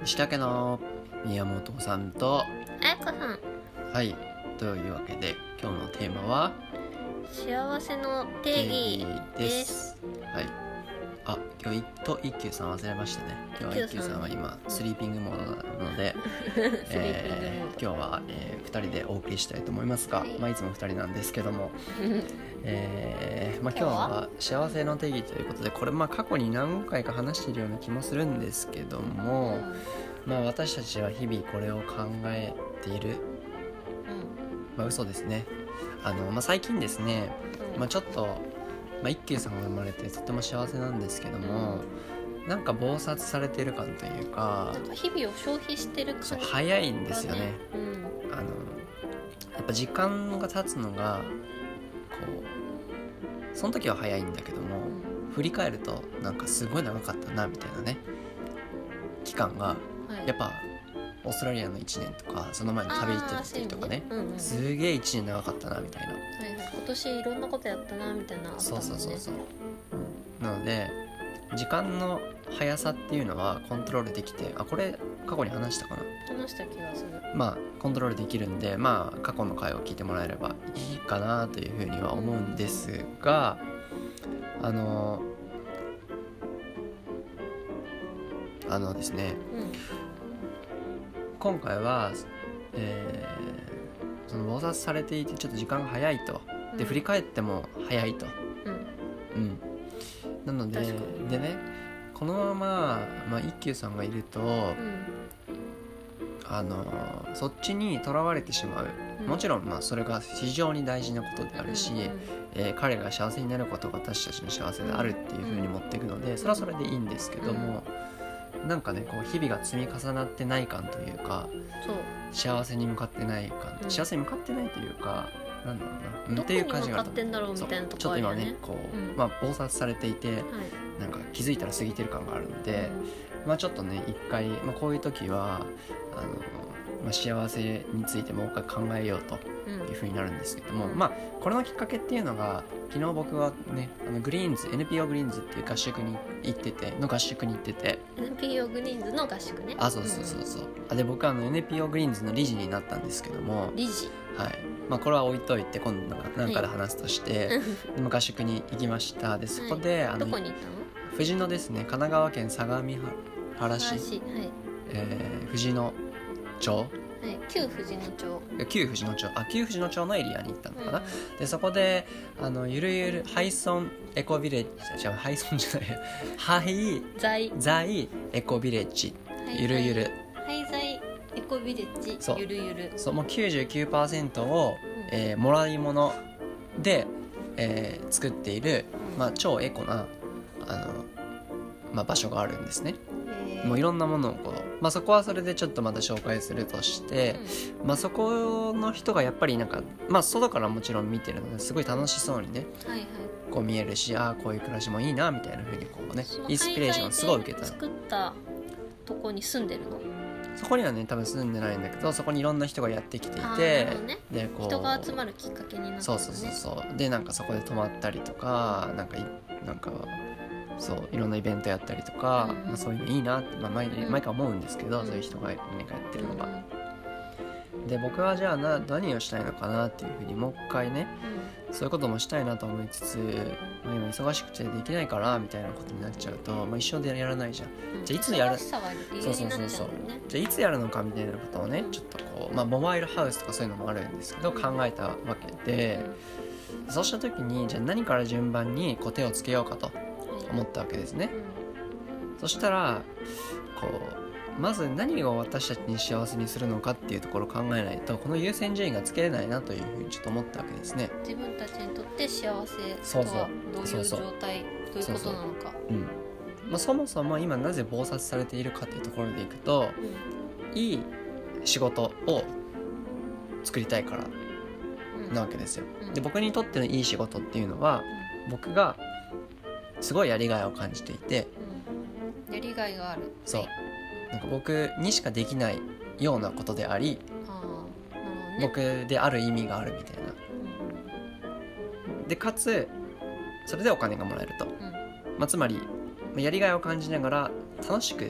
石竹の宮本さんとあやかさん、 はいというわけで今日のテーマは幸せの定義です。 はい。今日一休さん忘れましたね。今日は一休さんは今スリーピングモードなので今日は、2人でお送りしたいと思いますが、はい、いつも2人なんですけども今日は幸せの定義ということで、これ過去に何回か話しているような気もするんですけども、私たちは日々これを考えている、嘘ですね。最近ですね、ちょっと、一休さんが生まれてとても幸せなんですけども、なんか忙殺されてる感というか、 なんか日々を消費してる感じ、 そう早いんですよね。やっぱ時間が経つのがその時は早いんだけども、振り返るとなんかすごい長かったなみたいなね期間が、やっぱオーストラリアの1年とかその前に旅行ってた時とかね、すげえ1年長かったなみたいな、 今年いろんなことやったなみたいなあったもんね。 なので時間の速さっていうのはコントロールできて、これ過去に話したかな、 話した気がする。 コントロールできるんで、過去の回を聞いてもらえればいいかなというふうには思うんですが、ですね、今回は、その忙殺されていてちょっと時間が早いと、で振り返っても早いと、なのでね、このまま、一休さんがいると、そっちにとらわれてしまう。もちろんそれが非常に大事なことであるし、彼が幸せになることが私たちの幸せであるっていう風に持っていくので、それはそれでいいんですけども、なんかねこう日々が積み重なってない感というか、幸せに向かってない感、幸せに向かってないというか、なんだろうなっていう感じがあると思う。 どこに向かってんだろうみたいなところあるよね。 ちょっと今ね忙殺されていて、なんか気づいたら過ぎてる感があるので、ちょっとね一回、こういう時は幸せについてもう一回考えようという風になるんですけども、これのきっかけっていうのが、昨日僕はねグリーンズ NPO グリーンズっていう合宿に行ってて NPO グリーンズの合宿ね。 そうで、僕はNPO グリーンズの理事になったんですけども、 理事、 これは置いといて今度何かで話すとして、合宿に行きました。でそこで、 どこに行ったの？ 富士野ですね、神奈川県相模原市、富士野町、 旧富士野町のエリアに行ったのかな、でそこでゆるゆるハイソンエコビレッジ、ハイソンじゃないハイザイエコビレッジ、ゆるゆるハイザイエコビレッジ、ゆるゆる、 もう 99% を、もらい物で、作っている、超エコな場所があるんですね。もういろんなものをそこはそれでちょっとまた紹介するとして、そこの人がやっぱりなんか、外からもちろん見てるのですごい楽しそうにね、こう見えるし、こういう暮らしもいいなみたいな風にインスピレーションすごい受けた。 作ったとこに住んでるの？ そこにはね多分住んでないんだけど、そこにいろんな人がやってきていて、 で人が集まるきっかけになったんだね。 そうで、なんかそこで泊まったりとか、なんかいろんなイベントやったりとか、そういうのいいなって、毎回思うんですけど、そういう人がやってるのが、で僕はじゃあ何をしたいのかなっていうふうにもう一回ね、そういうこともしたいなと思いつつ、今忙しくてできないからみたいなことになっちゃうと、一生でやらないじゃん。じゃあいつやる、じゃあいつやるのかみたいなことをね、ちょっとモバイルハウスとかそういうのもあるんですけど、考えたわけで、そうした時にじゃあ何から順番に手をつけようかと思ったわけですね。そしたらまず何を私たちに幸せにするのかっていうところを考えないと、この優先順位がつけれないなというふうにちょっと思ったわけですね。 自分たちにとって幸せとはどういう状態、どういうことなのか。 そもそも今なぜ忙殺されているかというところでいくと、いい仕事を作りたいからなわけですよ。で僕にとってのいい仕事っていうのは、僕がすごいやりがいを感じていて、 やりがいがある。 なんか僕にしかできないようなことであり、僕である意味があるみたいな、でかつそれでお金がもらえると、つまりやりがいを感じながら楽しくお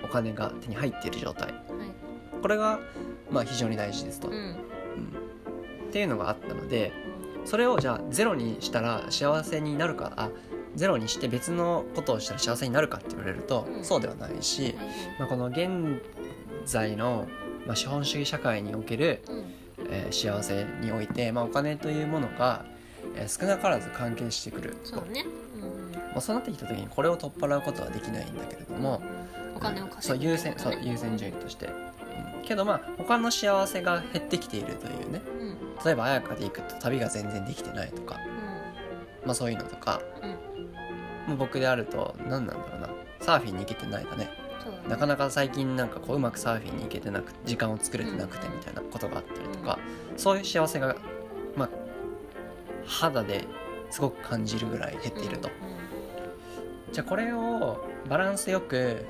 お金が手に入っている状態、 はい、 これがまあ非常に大事ですと、 うんっていうのがあったので、それをじゃあゼロにしたら幸せになるか、ゼロにして別のことをしたら幸せになるかって言われると、そうではないし、この現在の、資本主義社会における、幸せにおいて、お金というものが、少なからず関係してくる。 そうね、 そうなってきた時にこれを取っ払うことはできないんだけれども、 お金を稼ぐ、 そう優先順位として、けど他の幸せが減ってきているというね、例えば綾香で行くと旅が全然できてないとか、そういうのとか、僕であると何なんだろうな、サーフィンに行けてないだね。なかなか最近なんかうまくサーフィンに行けてなくて、時間を作れてなくてみたいなことがあったりとか、そういう幸せが肌ですごく感じるぐらい減っていると、じゃあこれをバランスよく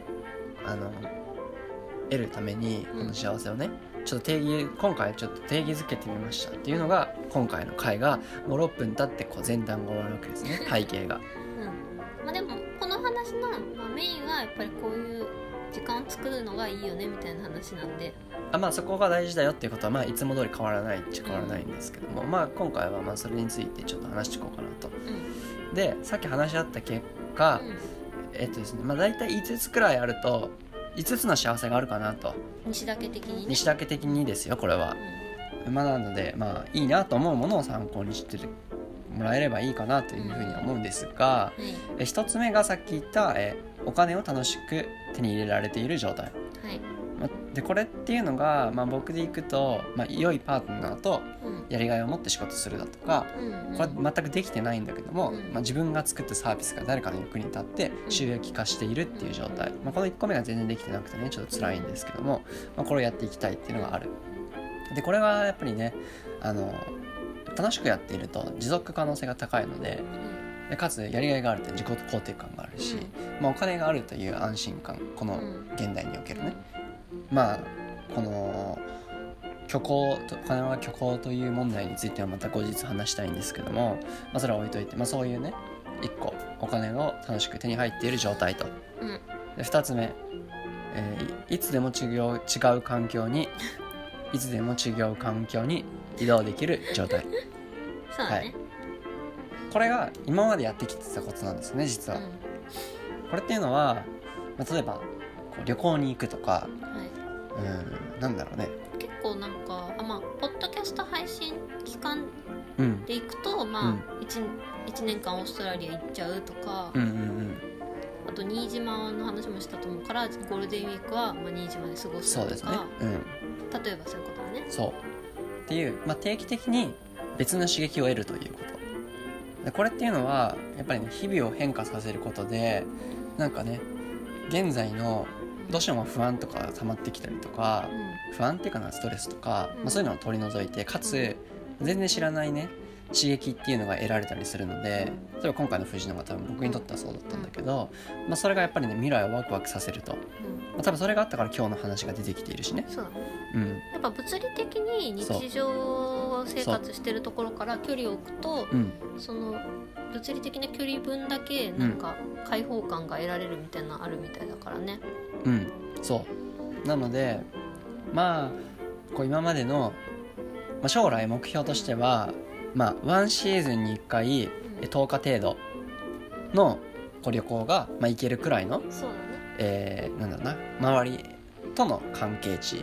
得るためにこの幸せをね、ちょっと今回ちょっと定義づけてみましたっていうのが今回の回がもう6分経って前段が終わるわけですね、背景が。 でもこの話の、メインはやっぱりこういう時間を作るのがいいよねみたいな話なんで、 そこが大事だよっていうことはいつも通り変わらないっちゃ変わらないんですけども、今回はそれについてちょっと話していこうかなと、でさっき話し合った結果、ですね、大体5つくらいあると5つの幸せがあるかなと、 西田家的にね、 西田家的にですよこれは、なのでいいなと思うものを参考にしてもらえればいいかなというふうに思うんですが、1つ目がさっき言った、お金を楽しく手に入れられている状態、でこれっていうのが、僕でいくと、良いパートナーとやりがいを持って仕事するだとか、これ全くできてないんだけども、自分が作ったサービスが誰かの役に立って収益化しているっていう状態、この1個目が全然できてなくてねちょっと辛いんですけども、これをやっていきたいっていうのがある。でこれはやっぱりね楽しくやっていると持続可能性が高いので、かつやりがいがあると自己肯定感があるし、お金があるという安心感、この現代におけるね、このお金は虚構という問題についてはまた後日話したいんですけども、それは置いといて、そういうね1個お金を楽しく手に入っている状態と、で2つ目、いつでも違う環境にいつでも違う環境に移動できる状態そうだね、 これが今までやってきてたことなんですね実は、これっていうのは、例えば旅行に行くとか、なんだろうね、 結構なんかポッドキャスト配信期間で行くと、1年間オーストラリア行っちゃうとか、あと新島の話もしたと思うから、ゴールデンウィークは新島で過ごすとか、そうですね、例えばそういうことだね。 そうっていう、定期的に別の刺激を得るということで、これっていうのはやっぱりね日々を変化させることで、なんかね現在のどうしても不安とか溜まってきたりとか、不安っていうかなストレスとか、そういうのを取り除いて、かつ全然知らないね刺激っていうのが得られたりするので、例えば今回の藤野が多分僕にとってはそうだったんだけど、それがやっぱりね未来をワクワクさせると、多分それがあったから今日の話が出てきているしね。 そうだね、やっぱ物理的に日常生活してるところから距離を置くと、その物理的な距離分だけなんか開放感が得られるみたいなのあるみたいだからね。 そうなのでこう今までの、将来目標としては、1シーズンに1回10日程度の旅行が、行けるくらいの、 そうだね、 なんだろうな、周りとの関係値、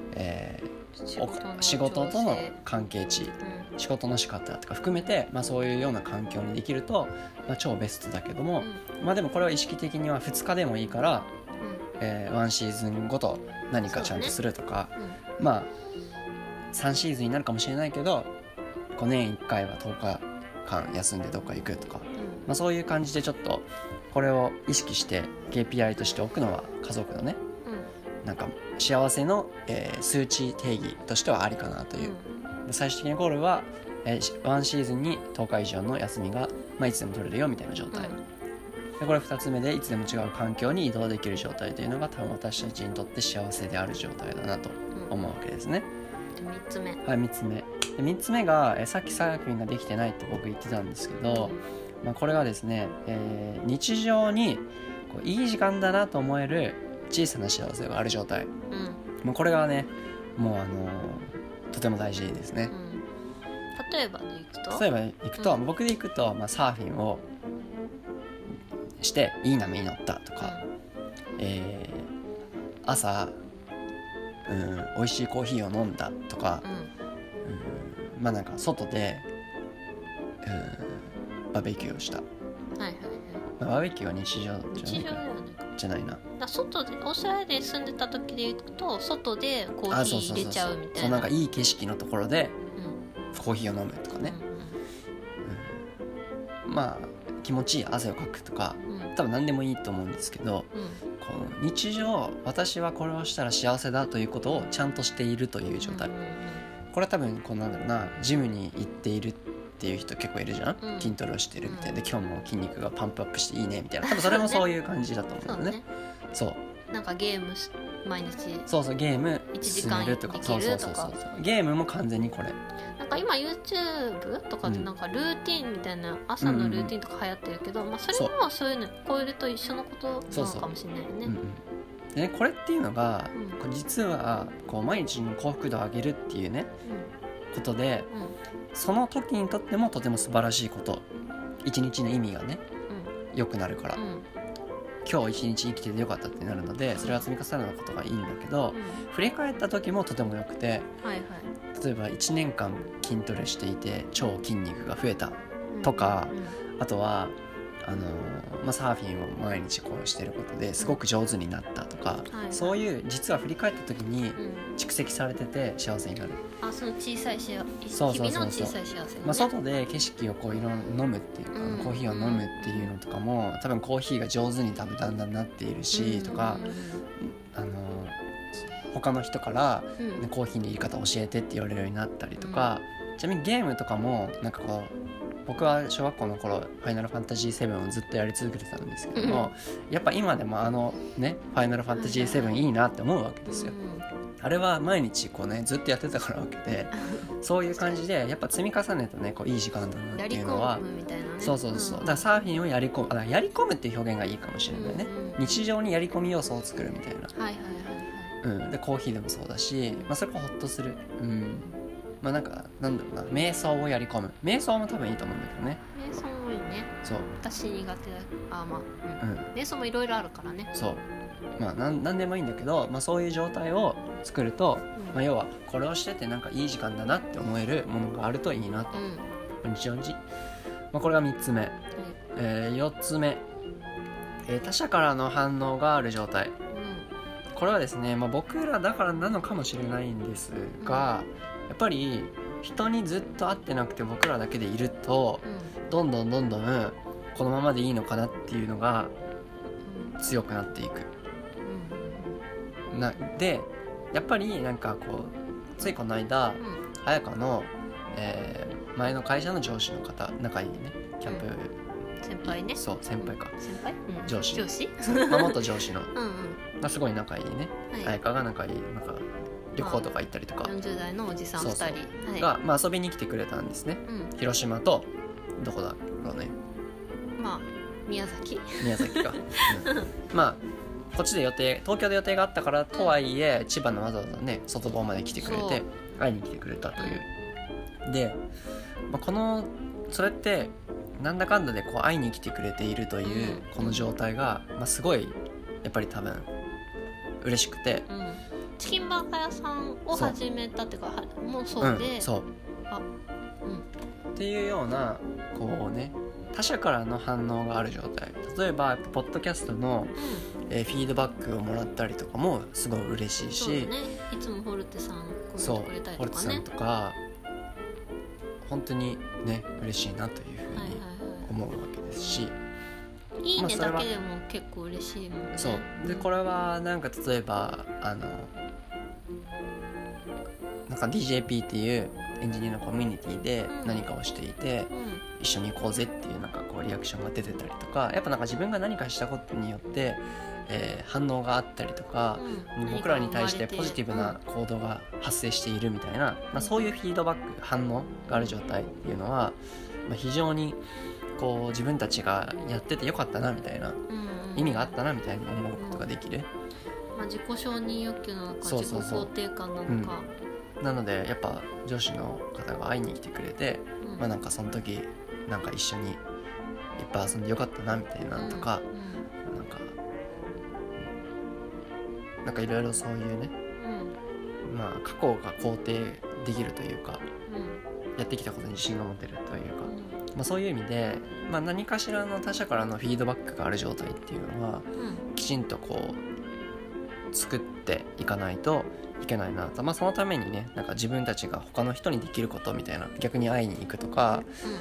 仕事との関係値、仕事の仕方とか含めて、そういうような環境にできると、超ベストだけども、でもこれは意識的には2日でもいいから、1シーズンごと何かちゃんとするとか、3シーズンになるかもしれないけど5年1回は10日間休んでどっか行くとか、そういう感じでちょっとこれを意識して KPI としておくのは家族のね、なんか幸せの、数値定義としてはありかなという、最終的なゴールは、1シーズンに10日以上の休みが、いつでも取れるよみたいな状態、でこれ2つ目でいつでも違う環境に移動できる状態というのが多分私たちにとって幸せである状態だなと思うわけですね。 3つ目、 3つ目で3つ目が、さっきサーフィンができてないって僕言ってたんですけど、これがですね、日常にこういい時間だなと思える小さな幸せがある状態、 うん、 もうこれがねもうとても大事ですね、 うん、例えばでいくと、 僕でいくと、サーフィンをしていい波に乗ったとか、朝、美味しいコーヒーを飲んだとか、なんか外で、バーベキューをした、 はいはいはい、 バーベキューは日常じゃないな。 だ外でオーストラリアで住んでた時で言うと外でコーヒー入れちゃうみたいな、 そうなんかいい景色のところでコーヒーを飲むとかね、気持ちいい汗をかくとか、多分何でもいいと思うんですけど、この日常私はこれをしたら幸せだということをちゃんとしているという状態、これは多分こうなんだろうな、ジムに行っているっていう人結構いるじゃん、筋トレをしてるみたいで、今日も筋肉がパンプアップしていいねみたいな、多分それもそういう感じだと思うんだよね。そうなんかゲーム毎日そうゲーム 1時間できるとか、 ゲームも完全にこれなんか今 YouTube とかでなんかルーティンみたいな、朝のルーティンとか流行ってるけど、それもそういうの超えると一緒のことなのかもしれないよね。 でね、これっていうのが、これ実はこう毎日の幸福度を上げるっていうね、ことで、その時にとってもとても素晴らしいこと、一日の意味がね、良くなるから、今日一日生きててよかったってなるので、それは積み重ねることがいいんだけど、振り返った時もとても良くて、例えば1年間筋トレしていて超筋肉が増えたとか、あとはサーフィンを毎日こうしてることですごく上手になったとか、そういう実は振り返った時に蓄積されてて幸せになる、 その小さい日々の小さい幸せ、 外で景色をこう飲むっていうか、コーヒーを飲むっていうのとかも多分コーヒーが上手にだんだんなっているし、とか他の人から、コーヒーの入れ方教えてって言われるようになったりとか、ちなみにゲームとかもなんかこう僕は小学校の頃ファイナルファンタジー7をずっとやり続けてたんですけども、やっぱ今でもファイナルファンタジー7いいなって思うわけですよ。あれは毎日こうねずっとやってたからわけで、そういう感じでやっぱ積み重ねるとねこういい時間だなっていうのは、そうだからサーフィンをやり込むっていう表現がいいかもしれないね、日常にやり込み要素を作るみたいな、でコーヒーでもそうだし、それからホッとする、なんだろうな、瞑想をやり込む、瞑想も多分いいと思うんだけどね。 瞑想もいいね。そう私苦手だ。瞑想もいろいろあるからね。 そう何でもいいんだけど、そういう状態を作ると、要はこれをしててなんかいい時間だなって思えるものがあるといいなと、日常に、これが3つ目、4つ目、他者からの反応がある状態、これはですね、僕らだからなのかもしれないんですが、やっぱり人にずっと会ってなくて僕らだけでいると、どんどんこのままでいいのかなっていうのが強くなっていく、でやっぱりなんかこうついこの間、彩香の、前の会社の上司の方、仲いいねキャンプ、 先輩ね、 そう先輩か、 上司元上司のすごい仲いいね、彩香が仲いい、なんか旅行とか行ったりとか、 40代のおじさん2人が遊びに来てくれたんですね、広島とどこだろうね、 宮崎か、こっちで東京で予定があったからとはいえ、千葉のわざわざね外房まで来てくれて会いに来てくれたという、で、それってなんだかんだでこう会いに来てくれているというこの状態が、すごいやっぱり多分嬉しくて、 チキンバーガー屋さんを始めたっていうかもうそうで、 っていうようなこうね他者からの反応がある状態、例えばポッドキャストの、フィードバックをもらったりとかもすごい嬉しいし、 そうだね、いつもホルテさんコメントくれたりとかね、ホルテさんとか本当にね嬉しいなというふうに思うわけですし、 いいねだけでも結構嬉しいもんね。 そうでこれはなんか例えばなんか DJP っていうエンジニアのコミュニティで何かをしていて、一緒に行こうぜっていうなんかこうリアクションが出てたりとか、やっぱなんか自分が何かしたことによって、反応があったりとか、僕らに対してポジティブな行動が発生しているみたいな、そういうフィードバック反応がある状態っていうのは、非常にこう自分たちがやっててよかったなみたいな、意味があったなみたいに思うことができる。 まあ、自己承認欲求なのか自己肯定感なのか、 なのでやっぱ上司の方が会いに来てくれて、まあなんかその時なんか一緒にいっぱい遊んでよかったなみたいなとか、なんかいろいろそういうね、まあ過去が肯定できるというか、やってきたことに自信が持てるというか、まあ、そういう意味で、まあ、何かしらの他者からのフィードバックがある状態っていうのは、きちんとこう作っていかないといけないなと、まあ、そのためにね、なんか自分たちが他の人にできることみたいな、逆に会いに行くとか、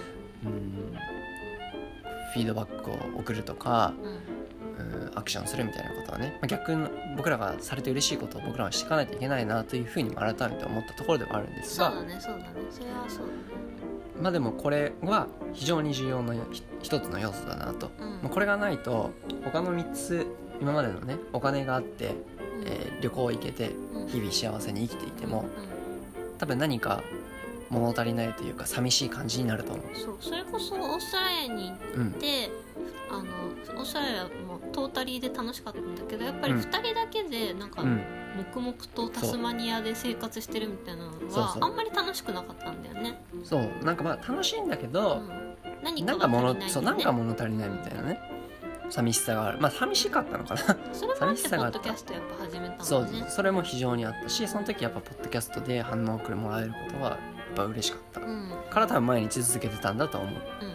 フィードバックを送るとか、アクションするみたいなことはね、まあ、逆に僕らがされて嬉しいことを僕らはしていかないといけないなというふうにも改めて思ったところではあるんですが、 そうだねそれはそうだね。 まあでもこれは非常に重要な一つの要素だなと、まあ、これがないと他の3つ今までのね、お金があって、旅行行けて日々幸せに生きていても、多分何か物足りないというか寂しい感じになると思う。 それこそオーストラリアに行って、オーストラリアもトータリーで楽しかったんだけど、やっぱり2人だけでなんか、黙々とタスマニアで生活してるみたいなのはあんまり楽しくなかったんだよね。 そうなんかまあ楽しいんだけど、 何か物足りない、 そうなんか物足りないみたいなね、寂しさがある。まあ寂しかったのかなそれもあってポッドキャストやっぱ始めたもんね。 それも非常にあったし、その時やっぱポッドキャストで反応をもらえることはやっぱ嬉しかった、から多分毎日続けてたんだと思う。 確か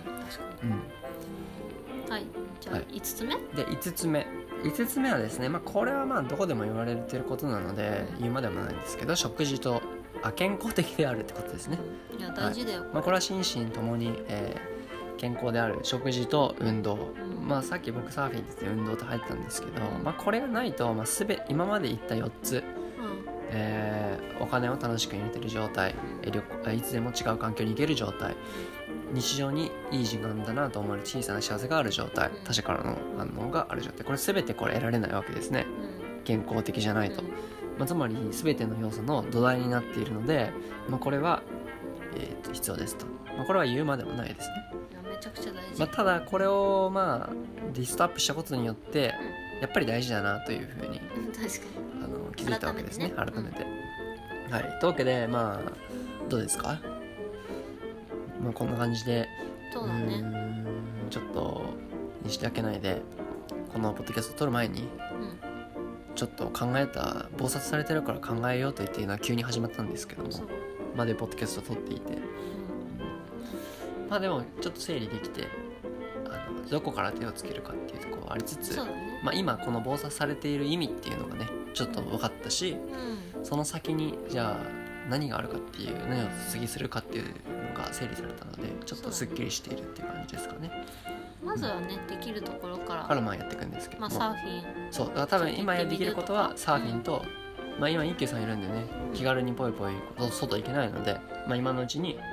に、はい。じゃあ5つ目、 で5つ目はですね、まあ、これはまあどこでも言われてることなので言うまでもないんですけど、食事と健康的であるってことですね。 いや大事だよ、 まあ、これは心身ともに、健康である食事と運動、まあ、さっき僕サーフィンって運動と入ったんですけど、まあ、これがないと、まあ、今まで言った4つ、お金を楽しく入れてる状態、いつでも違う環境に行ける状態、日常にいい時間だなと思える小さな幸せがある状態、他者からの反応がある状態、これ全てこれ得られないわけですね、健康的じゃないと、まあ、つまり全ての要素の土台になっているので、まあ、これは、必要ですと、まあ、これは言うまでもないですね。 めちゃくちゃ大事、 まあ、ただこれをまあリストアップしたことによってやっぱり大事だなというふうに気づいたわけですね、改めて、はい。というわけでまあどうですか、まあ、こんな感じでそうだね、 ちょっと西田家内でこのポッドキャストを撮る前に、ちょっと考えた、忙殺されてるから考えようと言っていうのは急に始まったんですけども、までポッドキャストを撮っていて、まあでもちょっと整理できて、どこから手をつけるかっていうところはありつつ、まあ、今この忙殺されている意味っていうのがねちょっと分かったし、その先にじゃあ何があるかっていう、何を次するかっていうのが整理されたので、ちょっとすっきりしているっていう感じですかね。 まずはね、できるところからまあやっていくんですけども、 まあ、サーフィン、 そうだから多分今できることはサーフィンと、まあ今一休さんいるんでね、気軽にぽいぽい外行けないので、まあ今のうちに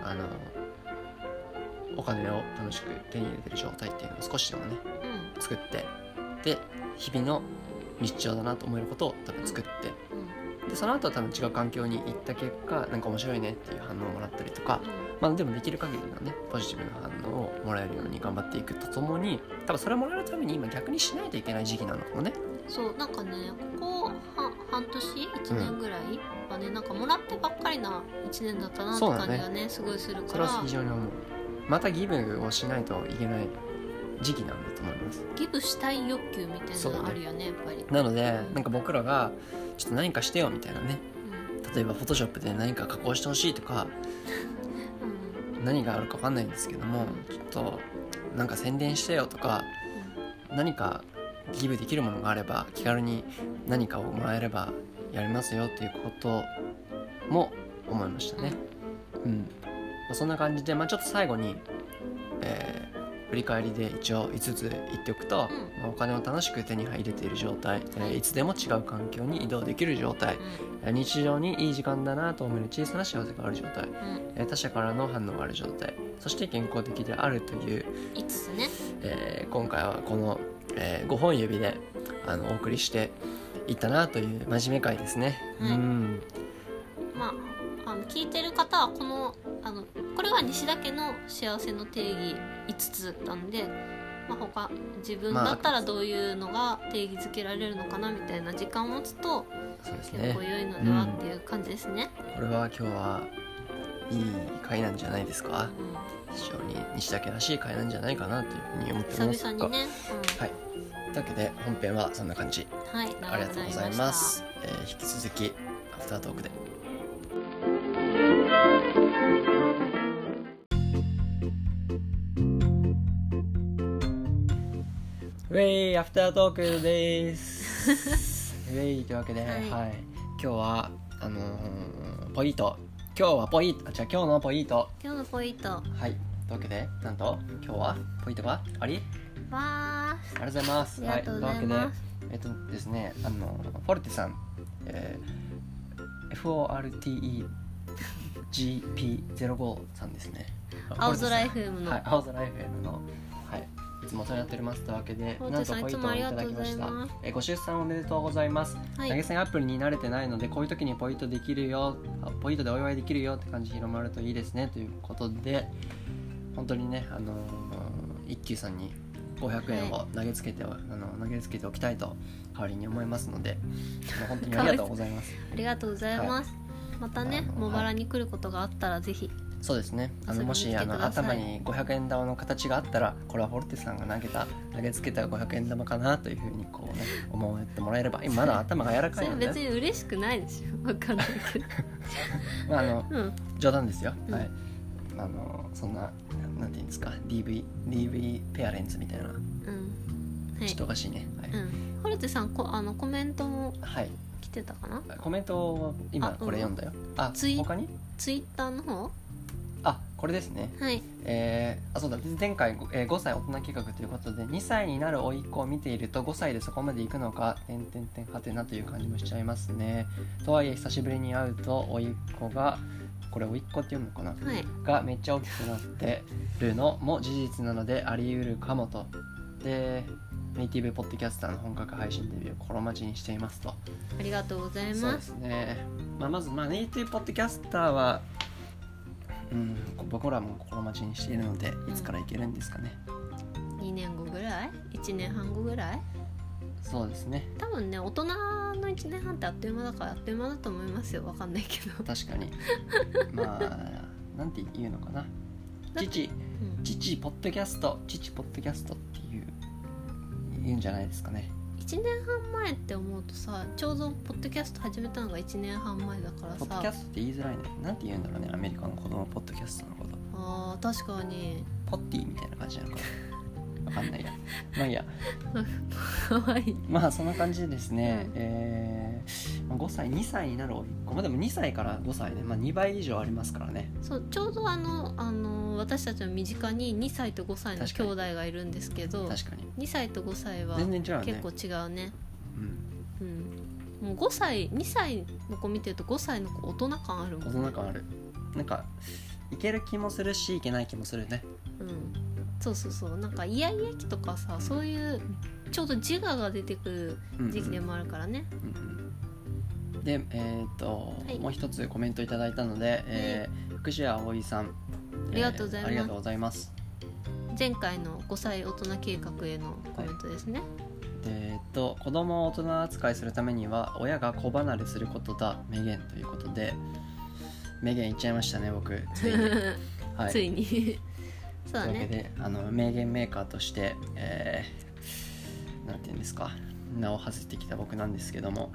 お金を楽しく手に入れてる状態っていうのを少しでもね、作って、で日々の日常だなと思えることを多分作って、でその後は多分違う環境に行った結果なんか面白いねっていう反応をもらったりとか、まあでもできる限りのねポジティブな反応をもらえるように頑張っていくとともに、多分それをもらえるために今逆にしないといけない時期なのかもね。 そうなんかね、ここ半年1年ぐらいはね、なんかもらってばっかりな1年だったなって感じが ねすごいするから、 それは非常に思う。またギブをしないといけない時期なんだと思います。 ギブしたい欲求みたいなのがあるよね、やっぱり。 なのでなんか僕らがちょっと何かしてよみたいなね、例えばフォトショップで何か加工してほしいとか、何があるか分かんないんですけども、ちょっとなんか宣伝してよとか、何かギブできるものがあれば気軽に何かをもらえればやりますよっていうことも思いましたね。まあ、そんな感じで、まあ、ちょっと最後に、振り返りで一応5つ言っておくと、まあ、お金を楽しく手に入れている状態、いつでも違う環境に移動できる状態、日常にいい時間だなと思える小さな幸せがある状態、他者からの反応がある状態、そして健康的であるという 5つね、 今回はこの、5本指でお送りしていったなという真面目回ですね。 まあ聞いてる方はこのこれは西田家の幸せの定義5つなんで、他自分だったらどういうのが定義づけられるのかなみたいな時間を持つと結構良いのではっていう感じですね。 これは今日はいい回なんじゃないですか。非常に西田家らしい回なんじゃないかなというふうに思ってます。 久々にね、 はい。というわけで本編はそんな感じ。 はい、 ありがとうございます。引き続きアフタートークで。ウェイアフタートークです。ウェイというわけで、はい、今日はポイント。今日のポイント。 はい。というわけで、なんと今日はポイントがありありがとうございます。 はい。というわけで、ですね、フォルテさん、FORTEGP05 さんですね。 青空 FM の。 はい、青空 FM の。はい。いつもお世話になっておりますというわけで、なんとポイントをいただきました。ご出産おめでとうございます。投げ銭アプリに慣れてないので、こういう時にポイントできるよ、ポイントでお祝いできるよって感じ広まるといいですねということで、本当にね、一休さんに500円を投げつけておきたいと代わりに思いますので、本当にありがとうございます。 ありがとうございます。またね、茂原に来ることがあったらぜひ。 そうですね。もし頭に500円玉の形があったら、これはフォルテさんが投げつけた500円玉かなというふうにこうね思ってもらえれば。今まだ頭が柔らかいので。 別に嬉しくないですよ。わかんないけど。 冗談ですよ。はい。そんななんていうんですか、DV ペアレンツみたいな。ちょっとおかしいね。はい。フォルテさんコメントも来てたかな？ コメントを今これ読んだよ。他に？ツイッターの方？ これですね。 はい。 そうだ。前回5歳大人計画ということで、2歳になる甥っ子を見ていると5歳でそこまで行くのかはてなという感じもしちゃいますね。とはいえ久しぶりに会うと甥っ子が、これ甥っ子って読むのかな、がめっちゃ大きくなってるのも事実なのであり得るかもと。で、ネイティブポッドキャスターの本格配信デビューを心待ちにしていますと。 ありがとうございます。 そうですね。まずネイティブポッドキャスターは僕らも心待ちにしているので、いつからいけるんですかね。 2年後ぐらい？1年半後ぐらい？ そうですね。 多分ね、大人の1年半ってあっという間だから、あっという間だと思いますよ。わかんないけど。 確かに。なんて言うのかな。父ポッドキャストって言うんじゃないですかね。 1年半前って思うとさ、ちょうどポッドキャスト始めたのが1年半前だからさ。 ポッドキャストって言いづらいね。なんて言うんだろうね、アメリカの子供ポッドキャストのこと。 確かにポッティみたいな感じなのかな。わかんないや。いいや。 かわいい。 そんな感じでですね。5歳2歳になる甥っ子。でも2歳から5歳で、2倍以上ありますからね。 そう、ちょうど私たちの身近に2歳と5歳の兄弟がいるんですけど、 確かに 2歳と5歳は全然違うね。 結構違うね。もう2歳の子見てると5歳の子大人感あるもんね。 大人感ある。なんかいける気もするし、いけない気もするね。 そうなんかイヤイヤ期とかさ、そういうちょうど自我が出てくる時期でもあるからね。 で、もう一つコメントいただいたので、福士葵さん、 ありがとうございます。 ありがとうございます。 前回の5歳大人計画へのコメントですね。 子供を大人扱いするためには親が子離れすることだ、名言ということで、名言言っちゃいましたね、僕ついに。はい、 ついにそうだね。 というわけで名言メーカーとして、なんていうんですか、名を馳せてきた僕なんですけども、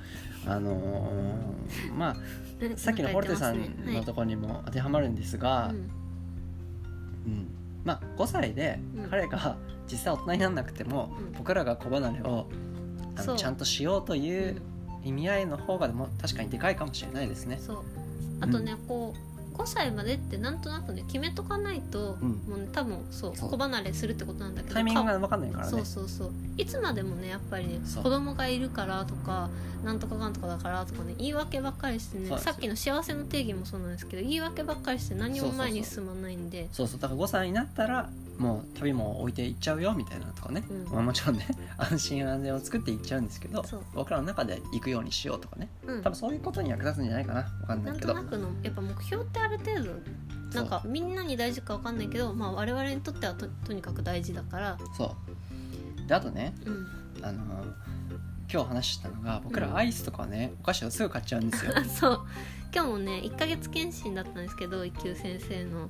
さっきのホルテさんのところにも当てはまるんですが、5歳で彼が実際大人にならなくても、僕らが子離れをちゃんとしようという意味合いの方がも確かにでかいかもしれないですね。 そう、あとね、5歳までってなんとなくね決めとかないと、もうね、多分そう子離れするってことなんだけど、 タイミングが分かんないからね。 そういつまでもねやっぱりね子供がいるからとかなんとかかんとかだからとかね言い訳ばっかりしてね、さっきの幸せの定義もそうなんですけど、言い訳ばっかりして何も前に進まないんで、 だから5歳になったらもう旅も置いていっちゃうよみたいなとかね、もちろんね安心安全を作っていっちゃうんですけど、僕らの中で行くようにしようとかね、多分そういうことに役立つんじゃないかな。分かんないけど、 なんとなくのやっぱ目標ってある程度なんかみんなに大事か分かんないけど、まあ、我々にとっては とにかく大事だから。 そうで、あとね、今日話したのが、僕らアイスとかね、お菓子をすぐ買っちゃうんですよそう今日もね1ヶ月検診だったんですけど、一級先生の、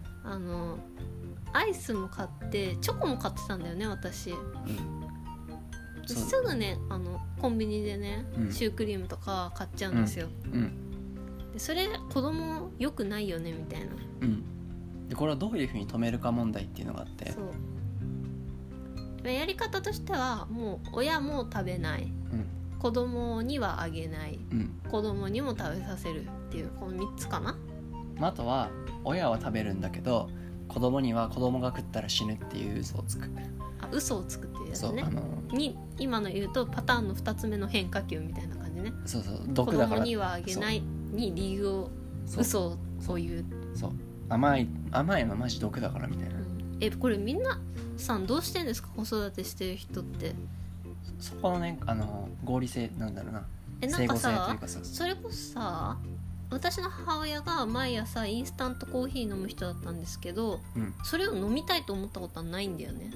アイスも買ってチョコも買ってたんだよね私、すぐねコンビニでね、シュークリームとか買っちゃうんですよ、でそれ子供良くないよねみたいな、 でこれをどういう風に止めるか問題っていうのがあって、 そうやり方としてはもう親も食べない、子供にはあげない、子供にも食べさせるっていうこの3つかな。 あとは親は食べるんだけど子供には子供が食ったら死ぬっていう嘘をつく。 嘘をつくっていうやつね。 そうに今の言うとパターンの2つ目の変化球みたいな感じね。 そう毒だから子供にはあげないに理由を嘘を言う。 そう甘いのマジ毒だからみたいな、 これみんなさんどうしてんですか、子育てしてる人って。 そこのね合理性なんだろうな、 なんかさそれこそさ、私の母親が毎朝インスタントコーヒー飲む人だったんですけど、それを飲みたいと思ったことはないんだよね、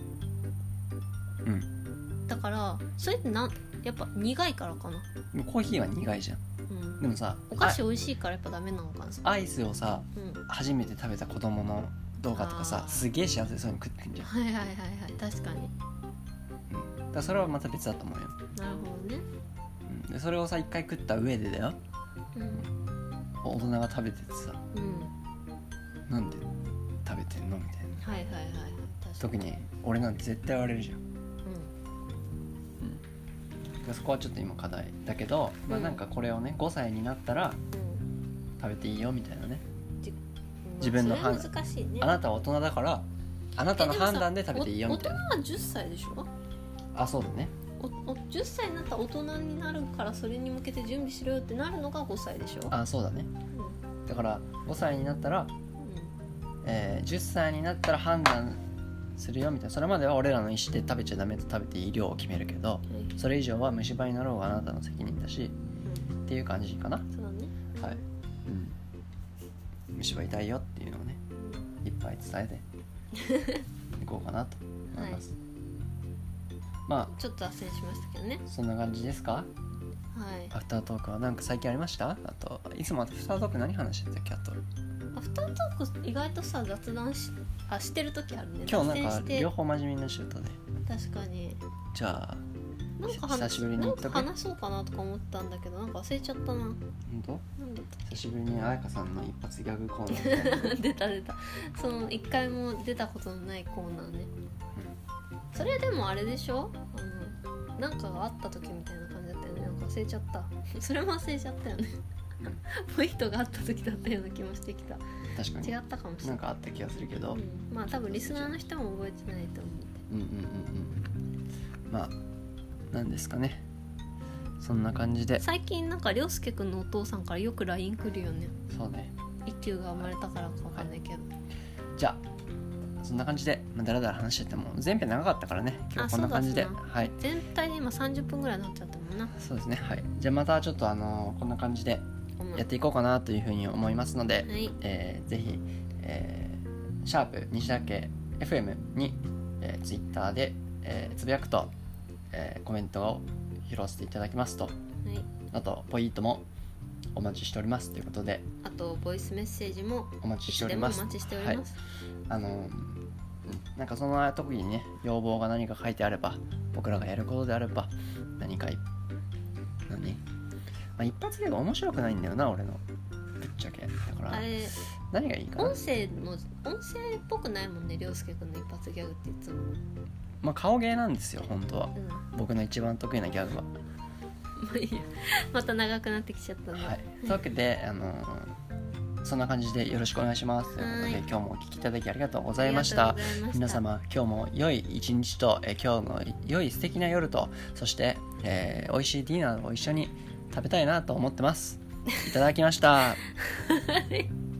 だからそれってやっぱ苦いからかな。 コーヒーは苦いじゃん、でもさお菓子美味しいからやっぱダメなのかな。 アイスをさ、初めて食べた子供の動画とかさ、すげえ幸せそうに食ってんじゃん。 はい確かに、 だからそれはまた別だと思うよ。 なるほどね、 でそれをさ一回食った上でだよ、大人が食べててさ、なんで食べてんのみたいな。特に俺なんて絶対言われるじゃん。そこはちょっと今課題だけど、なんかこれをね5歳になったら食べていいよみたいなね、自分の判断、 難しいね、 あなたは大人だからあなたの判断で食べていいよみたいな。 大人は10歳でしょ。 そうだね。 10歳になったら大人になるからそれに向けて準備しろよってなるのが5歳でしょ。 そうだね、だから5歳になったら、10歳になったら判断するよみたいな。それまでは俺らの意思で食べちゃダメと食べていい量を決めるけど、それ以上は虫歯になろうがあなたの責任だし、っていう感じかな。 そうだね。 はい、虫歯痛いよっていうのをね、いっぱい伝えていこうかなと思います、 ちょっと脱線しましたけどね。 そんな感じですか。アフタートークはなんか最近ありました？あといつもアフタートーク何話してたっけ？ アフタートーク意外とさ雑談してる時あるね。 今日なんか両方真面目なシュートで。 確かに。 じゃあなんか久しぶりに話そうかなとか思ったんだけどなんか忘れちゃったな。 本当？ なんだったっけ？ 久しぶりに彩香さんの一発ギャグコーナーみたいな出たその一回も出たことのないコーナーね、それでもあれでしょ、なんかがあった時みたいな感じだったよね。なんか忘れちゃったそれも忘れちゃったよねポイントがあった時だったような気もしてきた。 確かに違ったかもしれない。 なんかあった気がするけど、 多分リスナーの人も覚えてないと思って、 なんですかね、そんな感じで。 最近なんか涼介くんのお父さんからよく LINE 来るよね。 そうね、 一休が生まれたからか分かんないけど、 じゃあそんな感じで、だらだら話してても前編長かったからね、今日こんな感じで、 全体で今30分ぐらいになっちゃったもんな。 そうですね、じゃあまたちょっとこんな感じでやっていこうかなというふうに思いますので、ぜひ、シャープ西田家 FM に、Twitter で、つぶやくと、コメントを拾わせていただきますと、あとポイントもお待ちしておりますということで、 あとボイスメッセージもお待ちしております。 お待ちしております。 なんかその時にね、要望が何か書いてあれば、僕らがやることであれば何か一発ギャグ面白くないんだよな、俺のぶっちゃけ。だから何がいいかな。音声っぽくないもんね、涼介くんの一発ギャグっていつも。 顔芸なんですよ本当は、僕の一番得意なギャグは。 また長くなってきちゃったね。 というわけでそんな感じでよろしくお願いしますということで、今日もお聞きいただきありがとうございました。皆様今日も良い一日と、今日も良い素敵な夜と、そして、美味しいディナーを一緒に食べたいなと思ってます。いただきました